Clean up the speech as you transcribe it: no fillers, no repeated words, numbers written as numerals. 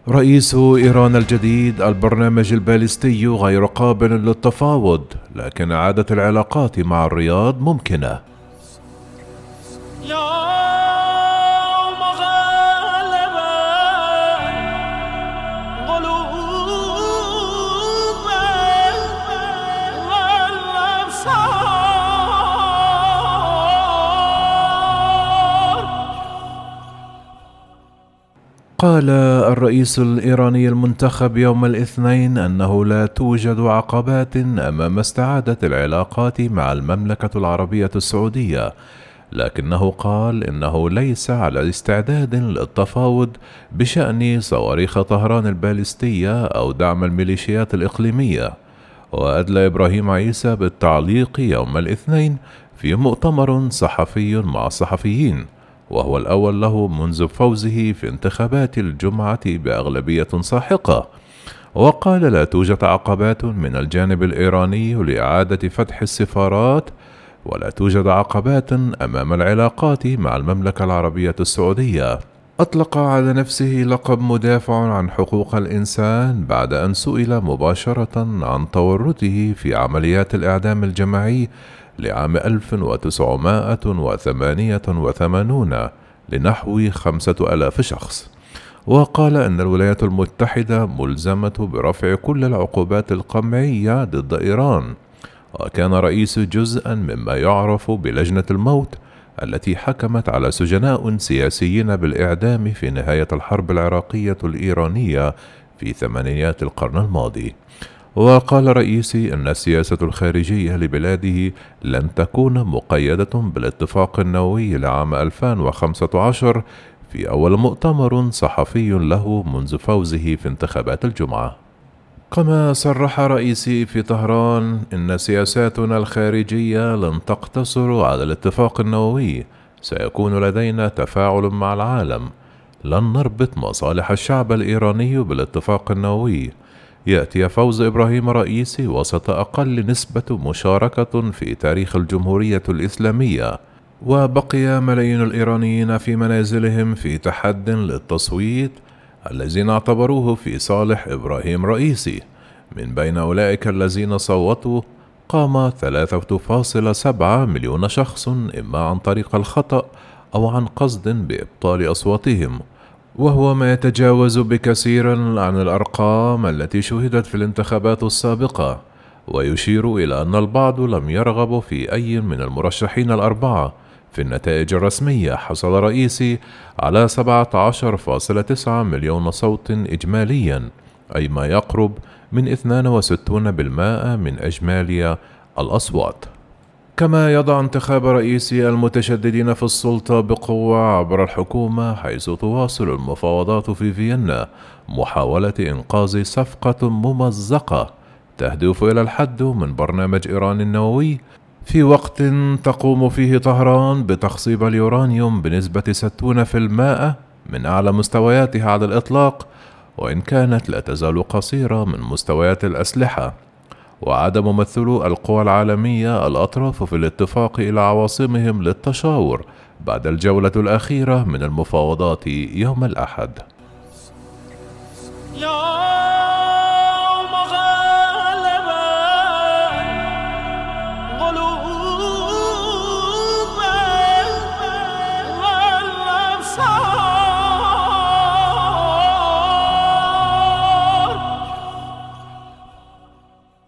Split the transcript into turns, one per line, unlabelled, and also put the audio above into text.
رئيس إيران الجديد: البرنامج الباليستي غير قابل للتفاوض، لكن إعادة العلاقات مع الرياض ممكنة.
يوم غلب قلوب والأبصار.
قال الرئيس الإيراني المنتخب يوم الاثنين أنه لا توجد عقبات أمام استعادة العلاقات مع المملكة العربية السعودية، لكنه قال إنه ليس على استعداد للتفاوض بشأن صواريخ طهران البالستية أو دعم الميليشيات الإقليمية. وأدلى إبراهيم عيسى بالتعليق يوم الاثنين في مؤتمر صحفي مع الصحفيين، وهو الأول له منذ فوزه في انتخابات الجمعة بأغلبية ساحقة. وقال: لا توجد عقبات من الجانب الإيراني لإعادة فتح السفارات، ولا توجد عقبات أمام العلاقات مع المملكة العربية السعودية. أطلق على نفسه لقب مدافع عن حقوق الإنسان بعد أن سئل مباشرة عن تورطه في عمليات الإعدام الجماعي لعام 1988 لنحو 5000 شخص. وقال أن الولايات المتحدة ملزمة برفع كل العقوبات القمعية ضد إيران، وكان رئيس جزءا مما يعرف بلجنة الموت التي حكمت على سجناء سياسيين بالإعدام في نهاية الحرب العراقية الإيرانية في ثمانينيات القرن الماضي. وقال رئيسي أن السياسة الخارجية لبلاده لن تكون مقيدة بالاتفاق النووي لعام 2015 في أول مؤتمر صحفي له منذ فوزه في انتخابات الجمعة. كما صرح رئيسي في طهران إن سياساتنا الخارجية لن تقتصر على الاتفاق النووي، سيكون لدينا تفاعل مع العالم، لن نربط مصالح الشعب الإيراني بالاتفاق النووي. يأتي فوز إبراهيم رئيسي وسط أقل نسبة مشاركة في تاريخ الجمهورية الإسلامية، وبقي ملايين الإيرانيين في منازلهم في تحد للتصويت الذين اعتبروه في صالح إبراهيم رئيسي. من بين أولئك الذين صوتوا قام 3.7 مليون شخص إما عن طريق الخطأ أو عن قصد بإبطال أصواتهم، وهو ما يتجاوز بكثير عن الأرقام التي شهدت في الانتخابات السابقة، ويشير إلى أن البعض لم يرغبوا في أي من المرشحين الأربعة. في النتائج الرسمية حصل رئيسي على 17.9 مليون صوت إجماليا، أي ما يقرب من 62% من إجمالي الأصوات. كما يضع انتخاب رئيسي المتشددين في السلطة بقوة عبر الحكومة، حيث تواصل المفاوضات في فيينا محاولة إنقاذ صفقة ممزقة تهدف إلى الحد من برنامج إيران النووي، في وقت تقوم فيه طهران بتخصيب اليورانيوم بنسبة 60% من أعلى مستوياتها على الإطلاق، وإن كانت لا تزال قصيرة من مستويات الأسلحة. وعاد ممثلو القوى العالمية الأطراف في الاتفاق إلى عواصمهم للتشاور بعد الجولة الأخيرة من المفاوضات يوم الأحد.